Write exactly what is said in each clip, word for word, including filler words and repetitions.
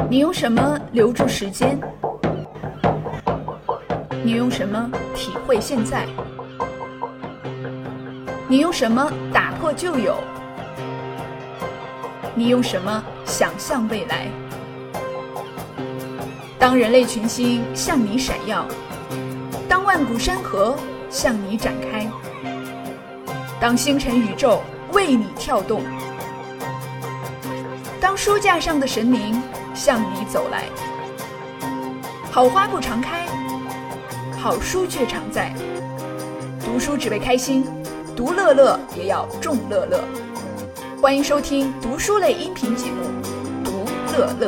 你用什么留住时间？你用什么体会现在？你用什么打破旧有？你用什么想象未来？当人类群星向你闪耀，当万古山河向你展开，当星辰宇宙为你跳动，当书架上的神灵向你走来。好花不常开，好书却常在。读书只为开心，读乐乐也要众乐乐。欢迎收听读书类音频节目《读乐乐》。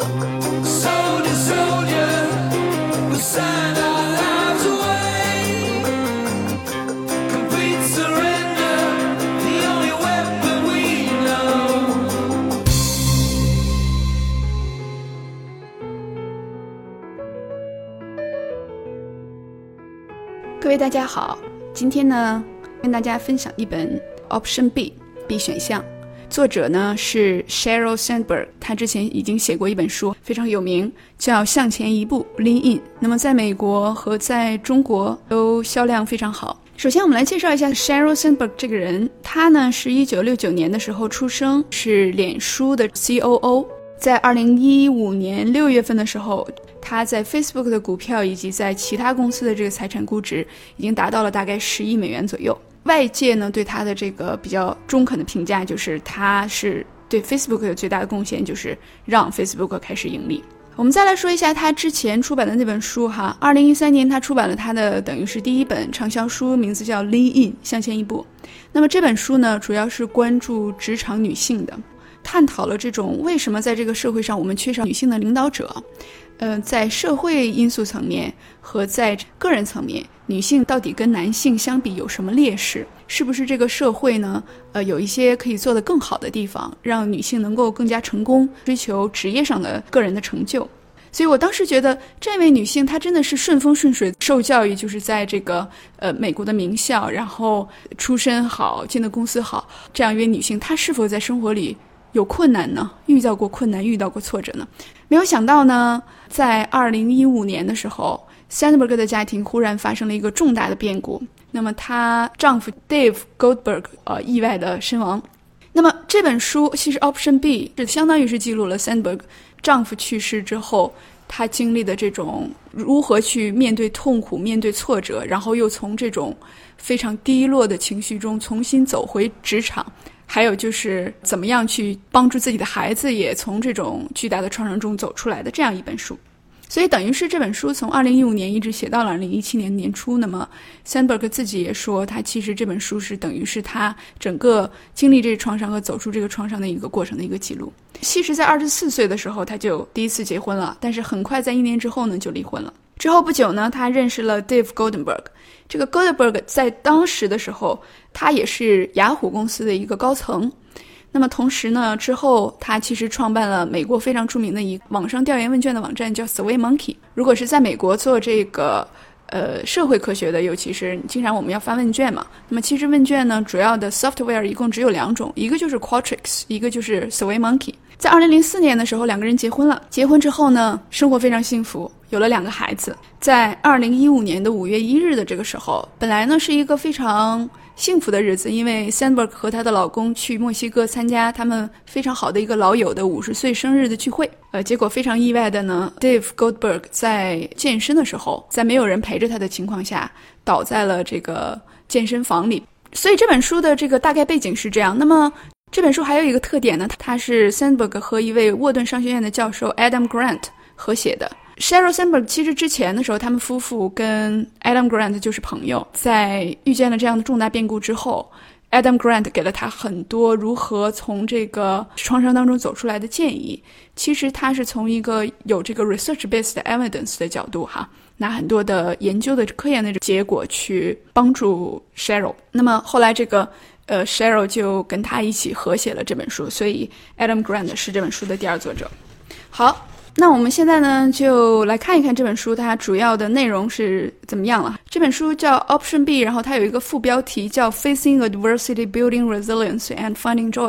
各位大家好，今天呢跟大家分享一本 Option B B 选项，作者呢是 Sheryl Sandberg， 他之前已经写过一本书非常有名，叫向前一步 Lean In， 那么在美国和在中国都销量非常好。首先我们来介绍一下 Sheryl Sandberg 这个人，他呢是一九六九年的时候出生，是脸书的 C O O， 在二零一五年六月份的时候，他在 Facebook 的股票以及在其他公司的这个财产估值已经达到了大概十亿美元左右。外界呢对他的这个比较中肯的评价就是他是对 Facebook 的最大的贡献就是让 Facebook 开始盈利。我们再来说一下他之前出版的那本书哈，二零一三年他出版了他的等于是第一本畅销书，名字叫 Lean In 向前一步。那么这本书呢主要是关注职场女性的，探讨了这种为什么在这个社会上我们缺少女性的领导者，呃，在社会因素层面和在个人层面，女性到底跟男性相比有什么劣势？是不是这个社会呢，呃，有一些可以做得更好的地方，让女性能够更加成功，追求职业上的个人的成就？所以我当时觉得这位女性她真的是顺风顺水，受教育就是在这个呃美国的名校，然后出身好，进的公司好，这样一位女性她是否在生活里有困难呢？遇到过困难，遇到过挫折呢？没有想到呢，在二零一五年的时候 Sandberg 的家庭忽然发生了一个重大的变故，那么她丈夫 Dave Goldberg 呃意外的身亡。那么这本书其实 Option B 是相当于是记录了 Sandberg 丈夫去世之后她经历的这种如何去面对痛苦，面对挫折，然后又从这种非常低落的情绪中重新走回职场，还有就是怎么样去帮助自己的孩子也从这种巨大的创伤中走出来的这样一本书。所以等于是这本书从二零一五年一直写到了二零一七年年初。那么 Sandberg 自己也说，他其实这本书是等于是他整个经历这个创伤和走出这个创伤的一个过程的一个记录。其实在二十四岁的时候他就第一次结婚了，但是很快在一年之后呢就离婚了。之后不久呢，他认识了 Dave Goldberg。这个 Goldberg 在当时的时候他也是雅虎公司的一个高层。那么同时呢，之后他其实创办了美国非常著名的一个网上调研问卷的网站叫 SurveyMonkey。 如果是在美国做这个呃社会科学的，尤其是经常我们要发问卷嘛，那么其实问卷呢主要的 software 一共只有两种，一个就是 Qualtrics， 一个就是 SurveyMonkey。在二零零四年的时候两个人结婚了，结婚之后呢生活非常幸福，有了两个孩子。在二零一五年的五月一日的这个时候，本来呢是一个非常幸福的日子，因为 Sandberg 和她的老公去墨西哥参加他们非常好的一个老友的五十岁生日的聚会。呃，结果非常意外的呢 Dave Goldberg 在健身的时候，在没有人陪着他的情况下倒在了这个健身房里。所以这本书的这个大概背景是这样。那么这本书还有一个特点呢，它是 Sandberg 和一位沃顿商学院的教授 Adam Grant 合写的。Sheryl Sandberg 其实之前的时候他们夫妇跟 Adam Grant 就是朋友，在遇见了这样的重大变故之后， Adam Grant 给了他很多如何从这个创伤当中走出来的建议。其实他是从一个有这个 research based evidence 的角度哈，拿很多的研究的科研的结果去帮助 Sheryl。 那么后来这个呃 Sheryl 就跟他一起合写了这本书，所以 Adam Grant 是这本书的第二作者。好，那我们现在呢就来看一看这本书它主要的内容是怎么样了。这本书叫 Option B， 然后它有一个副标题叫 Facing Adversity, Building Resilience and Finding Joy。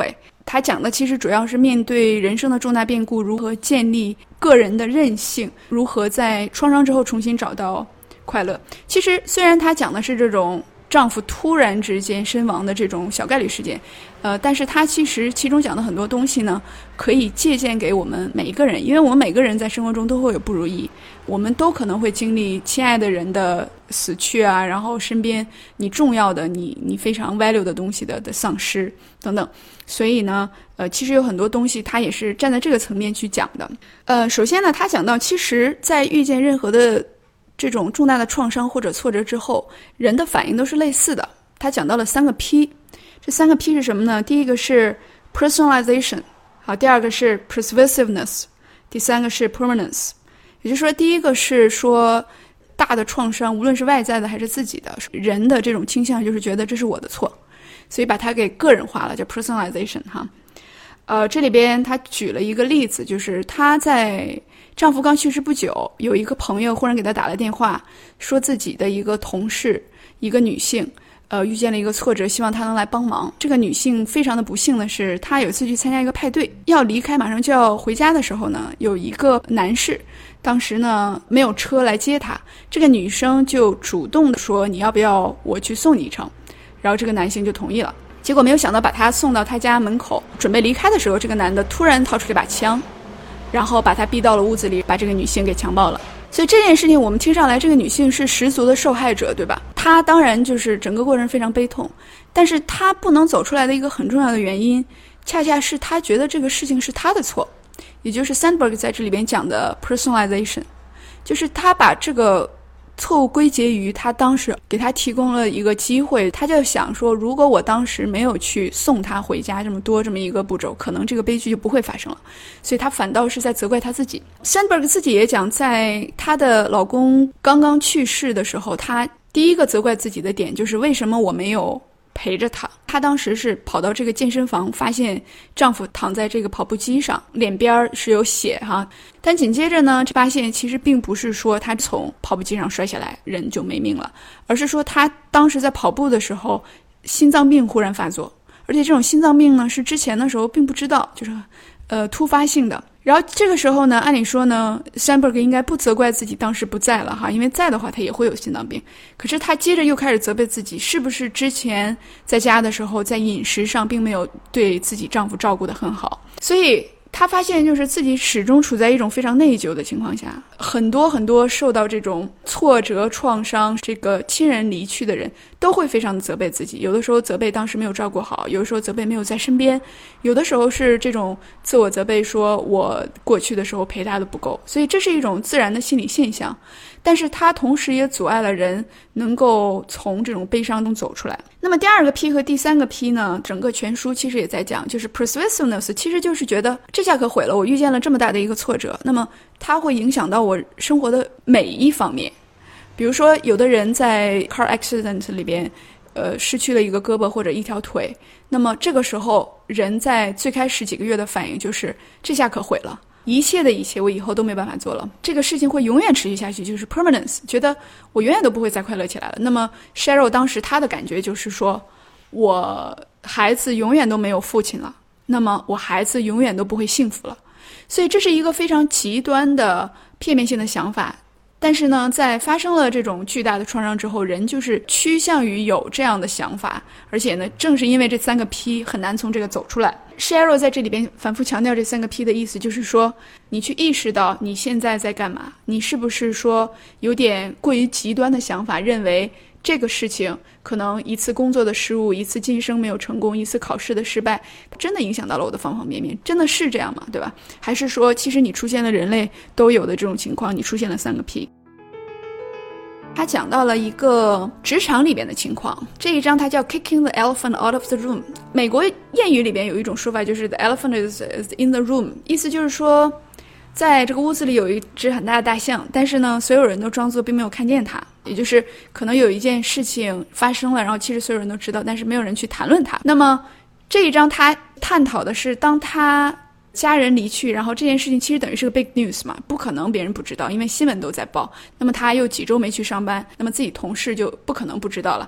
他讲的其实主要是面对人生的重大变故，如何建立个人的韧性，如何在创伤之后重新找到快乐。其实虽然他讲的是这种丈夫突然之间身亡的这种小概率事件，呃，但是他其实其中讲的很多东西呢，可以借鉴给我们每一个人，因为我们每个人在生活中都会有不如意，我们都可能会经历亲爱的人的死去啊，然后身边你重要的、你你非常 value 的东西的的丧失等等，所以呢，呃，其实有很多东西他也是站在这个层面去讲的。呃，首先呢，他讲到，其实在遇见任何的这种重大的创伤或者挫折之后，人的反应都是类似的。他讲到了三个 P， 这三个 P 是什么呢？第一个是 personalization， 好，第二个是 persuasiveness， 第三个是 permanence。也就是说，第一个是说大的创伤，无论是外在的还是自己的，人的这种倾向就是觉得这是我的错，所以把它给个人化了，叫 personalization 哈。呃，这里边他举了一个例子，就是他在丈夫刚去世不久，有一个朋友忽然给他打了电话，说自己的一个同事，一个女性，呃，遇见了一个挫折，希望他能来帮忙。这个女性非常的不幸的是，她有一次去参加一个派对，要离开，马上就要回家的时候呢，有一个男士，当时呢没有车来接她，这个女生就主动的说，你要不要我去送你一程？然后这个男性就同意了。结果没有想到，把她送到他家门口，准备离开的时候，这个男的突然掏出了一把枪，然后把她逼到了屋子里，把这个女性给强暴了。所以这件事情我们听上来，这个女性是十足的受害者，对吧？她当然就是整个过程非常悲痛，但是她不能走出来的一个很重要的原因，恰恰是她觉得这个事情是她的错，也就是 Sandberg 在这里边讲的 personalization， 就是她把这个错误归结于他当时给他提供了一个机会，他就想说，如果我当时没有去送他回家这么多这么一个步骤，可能这个悲剧就不会发生了，所以他反倒是在责怪他自己。 Sandberg 自己也讲，在她的老公刚刚去世的时候，她第一个责怪自己的点就是为什么我没有陪着她。她当时是跑到这个健身房，发现丈夫躺在这个跑步机上，脸边是有血哈，但紧接着呢，发现其实并不是说她从跑步机上摔下来人就没命了，而是说她当时在跑步的时候心脏病忽然发作，而且这种心脏病呢是之前的时候并不知道，就是呃突发性的。然后这个时候呢，按理说呢 Sandberg 应该不责怪自己当时不在了哈，因为在的话他也会有心脏病。可是他接着又开始责备自己，是不是之前在家的时候在饮食上并没有对自己丈夫照顾得很好。所以他发现就是自己始终处在一种非常内疚的情况下，很多很多受到这种挫折创伤，这个亲人离去的人都会非常的责备自己，有的时候责备当时没有照顾好，有的时候责备没有在身边，有的时候是这种自我责备，说我过去的时候陪他的不够。所以这是一种自然的心理现象，但是它同时也阻碍了人能够从这种悲伤中走出来。那么第二个 P 和第三个 P 呢，整个全书其实也在讲，就是 persuasiveness， 其实就是觉得这下可毁了，我遇见了这么大的一个挫折，那么它会影响到我生活的每一方面。比如说有的人在 car accident 里边呃，失去了一个胳膊或者一条腿，那么这个时候人在最开始几个月的反应就是这下可毁了，一切的一切我以后都没办法做了，这个事情会永远持续下去，就是 permanence， 觉得我永远都不会再快乐起来了。那么 Cheryl 当时她的感觉就是说，我孩子永远都没有父亲了，那么我孩子永远都不会幸福了。所以这是一个非常极端的片面性的想法，但是呢，在发生了这种巨大的创伤之后，人就是趋向于有这样的想法，而且呢，正是因为这三个 P 很难从这个走出来。Cheryl 在这里边反复强调这三个 P 的意思，就是说你去意识到你现在在干嘛，你是不是说有点过于极端的想法，认为这个事情可能一次工作的失误，一次晋升没有成功，一次考试的失败，真的影响到了我的方方面面，真的是这样吗？对吧？还是说其实你出现了人类都有的这种情况，你出现了三个 P。他讲到了一个职场里边的情况，这一章他叫 Kicking the Elephant Out of the Room。 美国谚语里边有一种说法，就是 The elephant is, is in the room， 意思就是说在这个屋子里有一只很大的大象，但是呢所有人都装作并没有看见它，也就是可能有一件事情发生了，然后其实所有人都知道，但是没有人去谈论它。那么这一章他探讨的是，当他家人离去，然后这件事情其实等于是个 big news 嘛，不可能别人不知道，因为新闻都在报。那么他又几周没去上班，那么自己同事就不可能不知道了。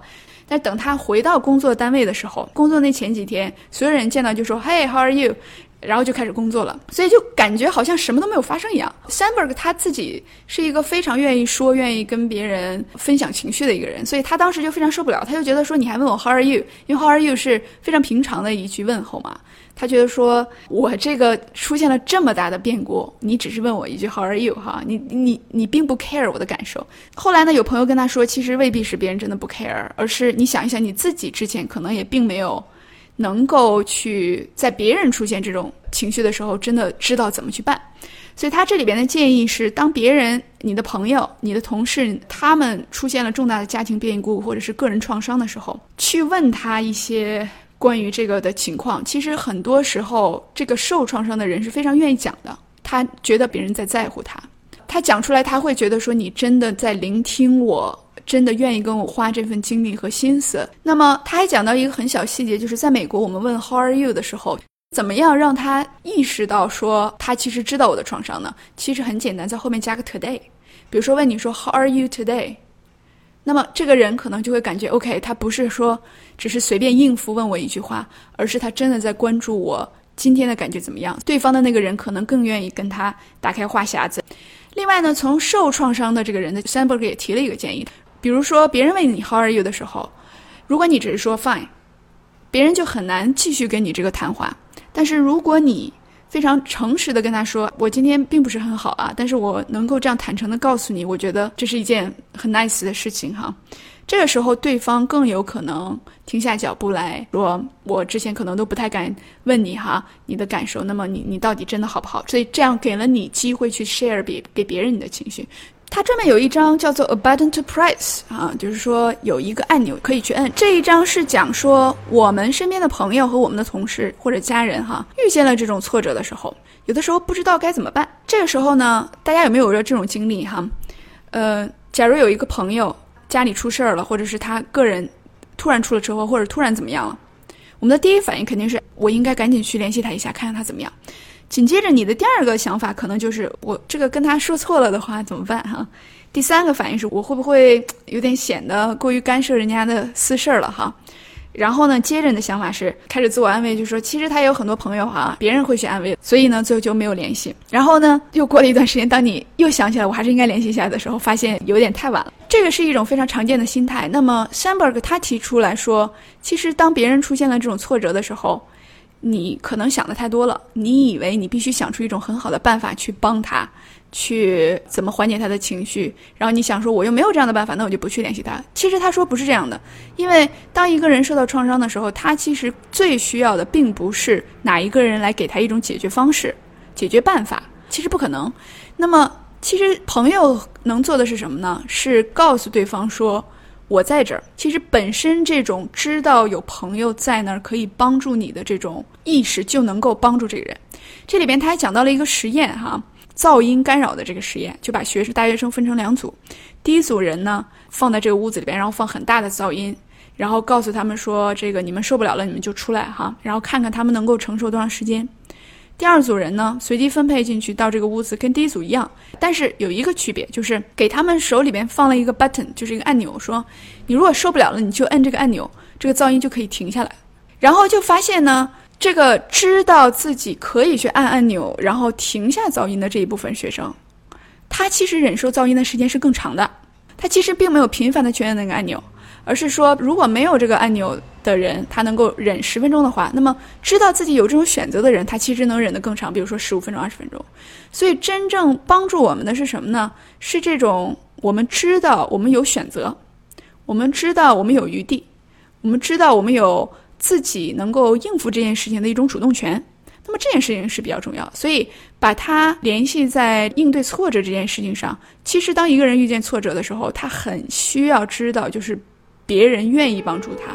但等他回到工作单位的时候，工作那前几天，所有人见到就说 Hey, how are you?然后就开始工作了，所以就感觉好像什么都没有发生一样。Sandberg 他自己是一个非常愿意说、愿意跟别人分享情绪的一个人，所以他当时就非常受不了，他就觉得说你还问我 How are you？ 因为 How are you 是非常平常的一句问候嘛。他觉得说我这个出现了这么大的变故，你只是问我一句 How are you 哈，你你你并不 care 我的感受。后来呢，有朋友跟他说，其实未必是别人真的不 care， 而是你想一想你自己之前可能也并没有能够去在别人出现这种情绪的时候真的知道怎么去办。所以他这里边的建议是，当别人、你的朋友、你的同事他们出现了重大的家庭变故或者是个人创伤的时候，去问他一些关于这个的情况，其实很多时候这个受创伤的人是非常愿意讲的，他觉得别人在在乎他，他讲出来他会觉得说你真的在聆听我，真的愿意跟我花这份精力和心思。那么他还讲到一个很小细节，就是在美国我们问 How are you 的时候，怎么样让他意识到说他其实知道我的创伤呢？其实很简单，在后面加个 today。 比如说问你说 How are you today， 那么这个人可能就会感觉 OK， 他不是说只是随便应付问我一句话，而是他真的在关注我今天的感觉怎么样。对方的那个人可能更愿意跟他打开话匣子。另外呢，从受创伤的这个人的 Sandberg 也提了一个建议，比如说别人问你 How are you 的时候，如果你只是说 Fine， 别人就很难继续跟你这个谈话。但是如果你非常诚实的跟他说，我今天并不是很好啊，但是我能够这样坦诚的告诉你，我觉得这是一件很 nice 的事情哈。这个时候对方更有可能停下脚步来说，我之前可能都不太敢问你哈，你的感受，那么你你到底真的好不好？所以这样给了你机会去 share 给给别人你的情绪。他专门有一张叫做 A Button to Press 啊，就是说有一个按钮可以去摁。这一张是讲说我们身边的朋友和我们的同事或者家人哈，遇见了这种挫折的时候，有的时候不知道该怎么办。这个时候呢，大家有没有这种经历哈？呃，假如有一个朋友家里出事儿了，或者是他个人突然出了车祸，或者突然怎么样了，我们的第一反应肯定是我应该赶紧去联系他一下，看看他怎么样。紧接着你的第二个想法可能就是我这个跟他说错了的话怎么办哈？第三个反应是我会不会有点显得过于干涉人家的私事了哈？然后呢，接着你的想法是开始自我安慰，就说其实他也有很多朋友哈，别人会去安慰，所以呢最后就没有联系。然后呢又过了一段时间，当你又想起来我还是应该联系一下的时候，发现有点太晚了。这个是一种非常常见的心态。那么 Sandberg 他提出来说，其实当别人出现了这种挫折的时候，你可能想的太多了，你以为你必须想出一种很好的办法去帮他，去怎么缓解他的情绪，然后你想说我又没有这样的办法，那我就不去联系他。其实他说不是这样的，因为当一个人受到创伤的时候，他其实最需要的并不是哪一个人来给他一种解决方式、解决办法，其实不可能。那么其实朋友能做的是什么呢？是告诉对方说我在这儿。其实本身这种知道有朋友在那儿可以帮助你的这种意识，就能够帮助这个人。这里边他还讲到了一个实验哈，噪音干扰的这个实验，就把学生大学生分成两组，第一组人呢放在这个屋子里边，然后放很大的噪音，然后告诉他们说这个你们受不了了你们就出来哈，然后看看他们能够承受多长时间。第二组人呢随机分配进去到这个屋子，跟第一组一样，但是有一个区别，就是给他们手里边放了一个 button， 就是一个按钮，说你如果受不了了你就摁这个按钮，这个噪音就可以停下来。然后就发现呢，这个知道自己可以去按按钮然后停下噪音的这一部分学生，他其实忍受噪音的时间是更长的，他其实并没有频繁的去摁那个按钮，而是说如果没有这个按钮的人，他能够忍十分钟的话，那么知道自己有这种选择的人，他其实能忍得更长，比如说十五分钟二十分钟。所以真正帮助我们的是什么呢？是这种我们知道我们有选择，我们知道我们有余地，我们知道我们有自己能够应付这件事情的一种主动权，那么这件事情是比较重要。所以把它联系在应对挫折这件事情上，其实当一个人遇见挫折的时候，他很需要知道就是别人愿意帮助他。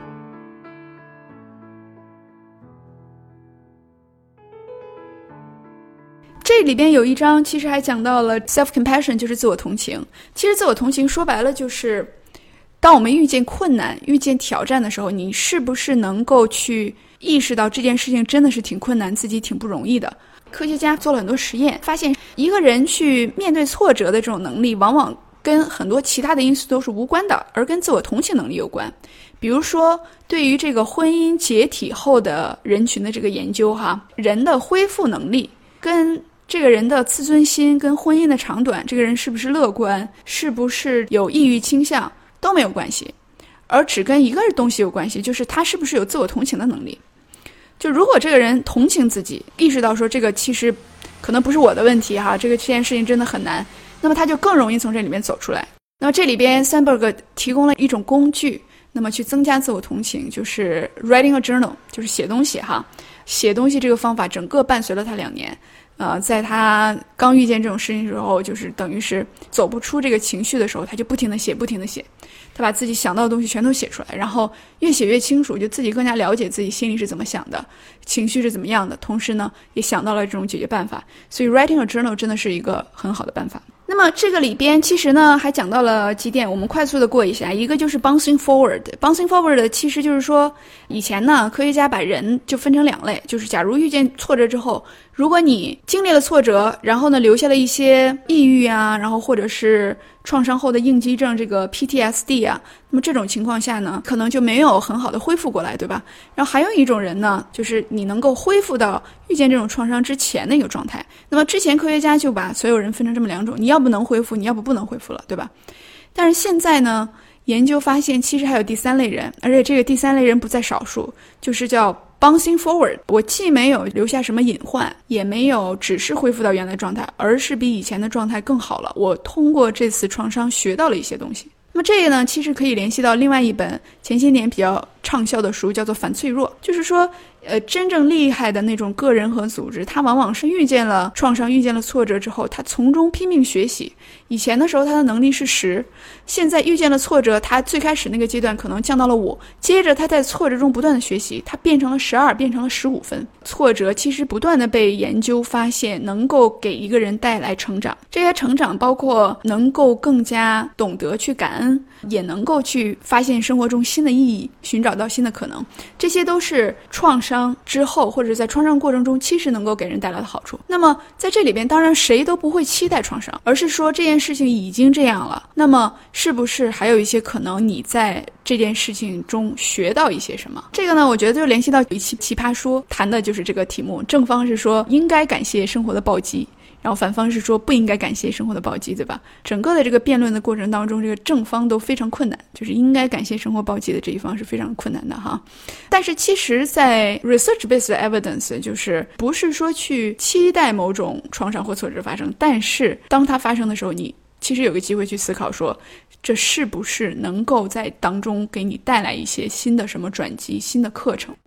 这里边有一章其实还讲到了 self-compassion， 就是自我同情。其实自我同情说白了就是当我们遇见困难遇见挑战的时候，你是不是能够去意识到这件事情真的是挺困难，自己挺不容易的。科学家做了很多实验，发现一个人去面对挫折的这种能力往往跟很多其他的因素都是无关的，而跟自我同情能力有关。比如说对于这个婚姻解体后的人群的这个研究哈，人的恢复能力跟这个人的自尊心跟婚姻的长短，这个人是不是乐观，是不是有抑郁倾向都没有关系，而只跟一个东西有关系，就是他是不是有自我同情的能力。就如果这个人同情自己，意识到说这个其实可能不是我的问题哈，这个这件事情真的很难，那么他就更容易从这里面走出来。那么这里边 Sandberg 提供了一种工具，那么去增加自我同情，就是 writing a journal， 就是写东西哈。写东西这个方法整个伴随了他两年，呃，在他刚遇见这种事情的时候，就是等于是走不出这个情绪的时候，他就不停地写不停地写，他把自己想到的东西全都写出来，然后越写越清楚，就自己更加了解自己心里是怎么想的，情绪是怎么样的，同时呢也想到了这种解决办法。所以 writing a journal 真的是一个很好的办法。那么这个里边其实呢还讲到了几点，我们快速的过一下。一个就是 bouncing forward bouncing forward 其实就是说，以前呢科学家把人就分成两类，就是假如遇见挫折之后，如果你经历了挫折，然后呢留下了一些抑郁啊，然后或者是创伤后的应激症，这个 P T S D 啊，那么这种情况下呢可能就没有很好的恢复过来，对吧？然后还有一种人呢，就是你能够恢复到遇见这种创伤之前的一个状态。那么之前科学家就把所有人分成这么两种，你要不能恢复，你要不不能恢复了，对吧？但是现在呢研究发现其实还有第三类人，而且这个第三类人不在少数，就是叫 bouncing forward。 我既没有留下什么隐患，也没有只是恢复到原来状态，而是比以前的状态更好了，我通过这次创伤学到了一些东西。那么这个呢其实可以联系到另外一本前些年比较畅销的书，叫做反脆弱。就是说呃，真正厉害的那种个人和组织，他往往是遇见了创伤，遇见了挫折之后，他从中拼命学习。以前的时候他的能力是十，现在遇见了挫折，他最开始那个阶段可能降到了五，接着他在挫折中不断的学习，他变成了十二，变成了十五分。挫折其实不断的被研究发现能够给一个人带来成长，这些成长包括能够更加懂得去感恩，也能够去发现生活中新的意义，寻找到新的可能，这些都是创伤之后或者在创伤过程中其实能够给人带来的好处。那么在这里边当然谁都不会期待创伤，而是说这件事情已经这样了，那么是不是还有一些可能你在这件事情中学到一些什么。这个呢我觉得就联系到一期奇葩说谈的就是这个题目，正方是说应该感谢生活的暴击，然后反方是说不应该感谢生活的暴击，对吧？整个的这个辩论的过程当中，这个正方都非常困难，就是应该感谢生活暴击的这一方是非常困难的哈。但是其实在 research-based evidence 就是不是说去期待某种创伤或挫折发生，但是当它发生的时候，你其实有个机会去思考说，这是不是能够在当中给你带来一些新的什么转机，新的课程。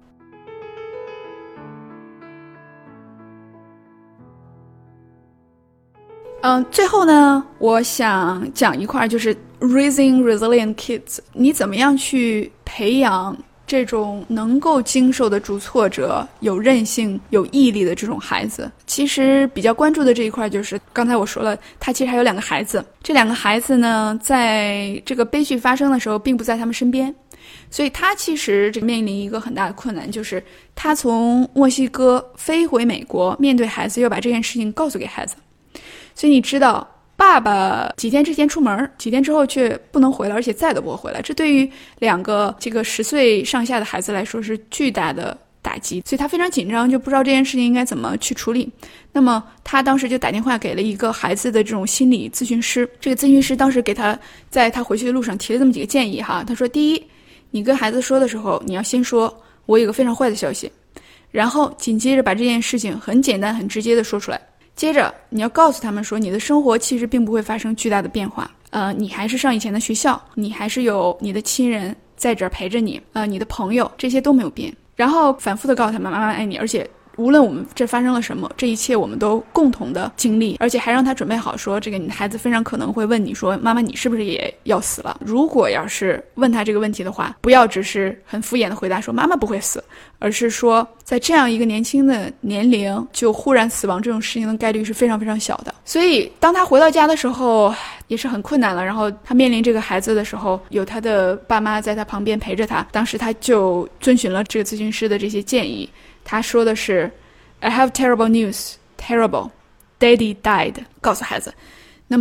嗯，最后呢我想讲一块，就是 raising resilient kids， 你怎么样去培养这种能够经受得住挫折、有韧性、有毅力的这种孩子。其实比较关注的这一块就是刚才我说了，他其实还有两个孩子，这两个孩子呢在这个悲剧发生的时候并不在他们身边，所以他其实面临一个很大的困难，就是他从墨西哥飞回美国，面对孩子又把这件事情告诉给孩子。所以你知道爸爸几天之前出门，几天之后却不能回来，而且再都不会回来，这对于两个这个十岁上下的孩子来说是巨大的打击，所以他非常紧张，就不知道这件事情应该怎么去处理。那么他当时就打电话给了一个孩子的这种心理咨询师，这个咨询师当时给他在他回去的路上提了这么几个建议哈。他说，第一，你跟孩子说的时候，你要先说我有个非常坏的消息，然后紧接着把这件事情很简单很直接的说出来，接着你要告诉他们说，你的生活其实并不会发生巨大的变化，呃，你还是上以前的学校，你还是有你的亲人在这儿陪着你，呃，你的朋友，这些都没有变。然后反复的告诉他们，妈妈爱你，而且无论我们这发生了什么，这一切我们都共同的经历，而且还让他准备好说，这个你的孩子非常可能会问你说，妈妈你是不是也要死了？如果要是问他这个问题的话，不要只是很敷衍的回答说妈妈不会死，而是说在这样一个年轻的年龄就忽然死亡这种事情的概率是非常非常小的。所以当他回到家的时候也是很困难了，然后他面临这个孩子的时候，有他的爸妈在他旁边陪着他，当时他就遵循了这个咨询师的这些建议。他说的是 I have terrible news, terrible, Daddy died， 告诉孩子。那么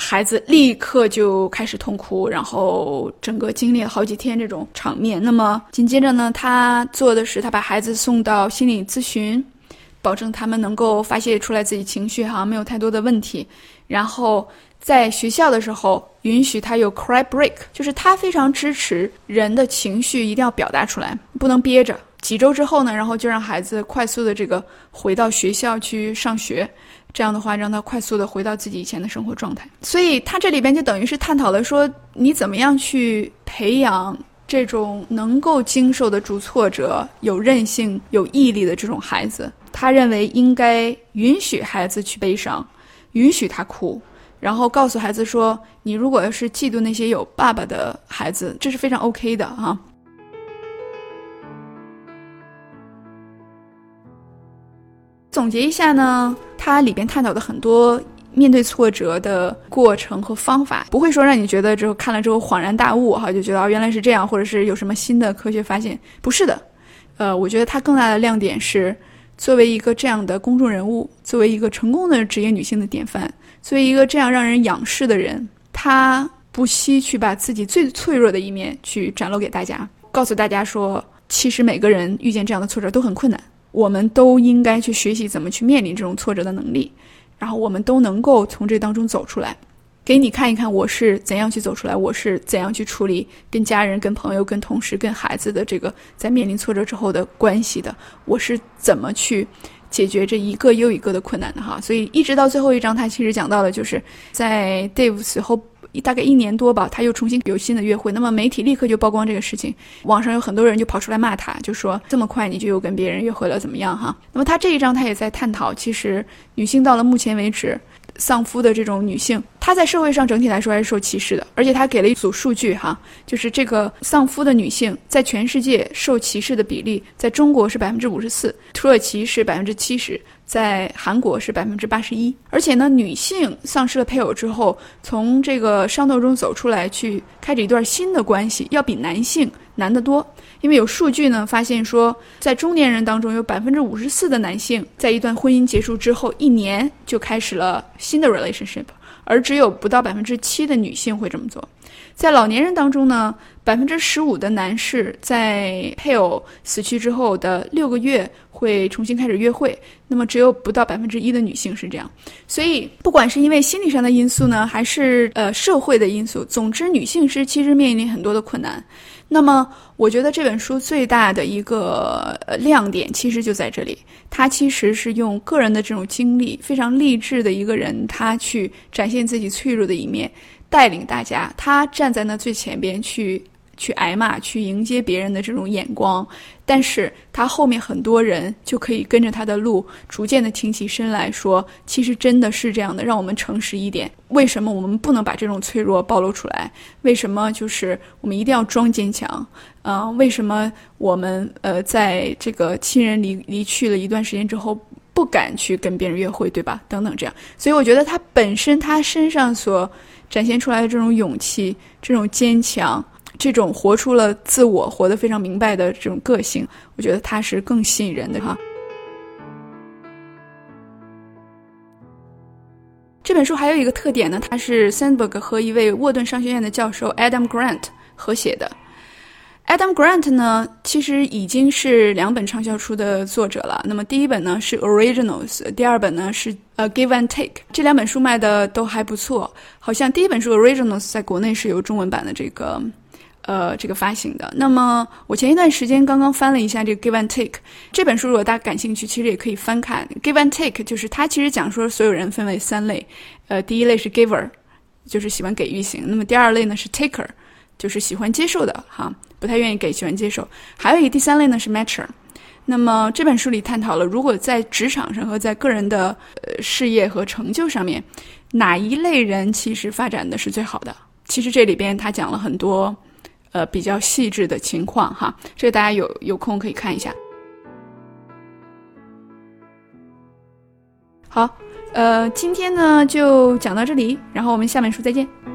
孩子立刻就开始痛哭，然后整个经历了好几天这种场面。那么紧接着呢，他做的是他把孩子送到心理咨询，保证他们能够发泄出来自己情绪哈，没有太多的问题。然后在学校的时候允许他有 cry break， 就是他非常支持人的情绪一定要表达出来，不能憋着。几周之后呢，然后就让孩子快速的这个回到学校去上学，这样的话让他快速的回到自己以前的生活状态。所以他这里边就等于是探讨了说，你怎么样去培养这种能够经受得住挫折、有韧性、有毅力的这种孩子。他认为应该允许孩子去悲伤，允许他哭，然后告诉孩子说，你如果要是嫉妒那些有爸爸的孩子，这是非常 OK 的哈。总结一下呢，它里边探讨的很多面对挫折的过程和方法，不会说让你觉得之后看了之后恍然大悟哈，就觉得、哦、原来是这样，或者是有什么新的科学发现，不是的。呃，我觉得它更大的亮点是，作为一个这样的公众人物，作为一个成功的职业女性的典范，作为一个这样让人仰视的人，她不惜去把自己最脆弱的一面去展露给大家，告诉大家说，其实每个人遇见这样的挫折都很困难，我们都应该去学习怎么去面临这种挫折的能力，然后我们都能够从这当中走出来，给你看一看我是怎样去走出来，我是怎样去处理跟家人、跟朋友、跟同事、跟孩子的这个在面临挫折之后的关系的，我是怎么去解决这一个又一个的困难的哈。所以一直到最后一章，他其实讲到的就是在 Dave 死后大概一年多吧，他又重新有新的约会，那么媒体立刻就曝光这个事情，网上有很多人就跑出来骂他，就说这么快你就又跟别人约会了怎么样哈。那么他这一章他也在探讨，其实女性到了目前为止，丧夫的这种女性，她在社会上整体来说还是受歧视的，而且他给了一组数据哈，就是这个丧夫的女性在全世界受歧视的比例，在中国是 百分之五十四， 土耳其是 百分之七十， 在韩国是 百分之八十一。 而且呢，女性丧失了配偶之后，从这个伤痛中走出来去开始一段新的关系，要比男性难得多。因为有数据呢发现说，在中年人当中有 百分之五十四 的男性在一段婚姻结束之后一年就开始了新的 relationship， 而只有不到 百分之七 的女性会这么做。在老年人当中呢， 百分之十五 的男士在配偶死去之后的六个月会重新开始约会，那么只有不到 百分之一 的女性是这样。所以不管是因为心理上的因素呢，还是呃社会的因素，总之女性是其实面临很多的困难。那么我觉得这本书最大的一个亮点其实就在这里，他其实是用个人的这种经历，非常励志的一个人，他去展现自己脆弱的一面，带领大家，他站在那最前边去去挨骂，去迎接别人的这种眼光，但是他后面很多人就可以跟着他的路，逐渐的挺起身来说，其实真的是这样的，让我们诚实一点。为什么我们不能把这种脆弱暴露出来？为什么就是我们一定要装坚强？呃，为什么我们呃在这个亲人离离去了一段时间之后，不敢去跟别人约会，对吧？等等这样。所以我觉得他本身他身上所展现出来的这种勇气，这种坚强，这种活出了自我，活得非常明白的这种个性，我觉得他是更吸引人的哈。这本书还有一个特点呢，它是 Sandberg 和一位沃顿商学院的教授 Adam Grant 合写的。Adam Grant 呢，其实已经是两本畅销书的作者了。那么第一本呢是 Originals， 第二本呢是呃 Give and Take。这两本书卖的都还不错，好像第一本书 Originals 在国内是有中文版的这个呃这个发行的。那么我前一段时间刚刚翻了一下这个 Give and Take 这本书，如果大家感兴趣，其实也可以翻看。Give and Take 就是它其实讲说所有人分为三类，呃，第一类是 Giver， 就是喜欢给予型；那么第二类呢是 Taker， 就是喜欢接受的哈。不太愿意给，喜欢接受。还有一个第三类呢是 matcher。那么这本书里探讨了，如果在职场上和在个人的呃事业和成就上面，哪一类人其实发展的是最好的。其实这里边他讲了很多呃比较细致的情况哈，这个大家有有空可以看一下。好，呃，今天呢就讲到这里，然后我们下本书再见。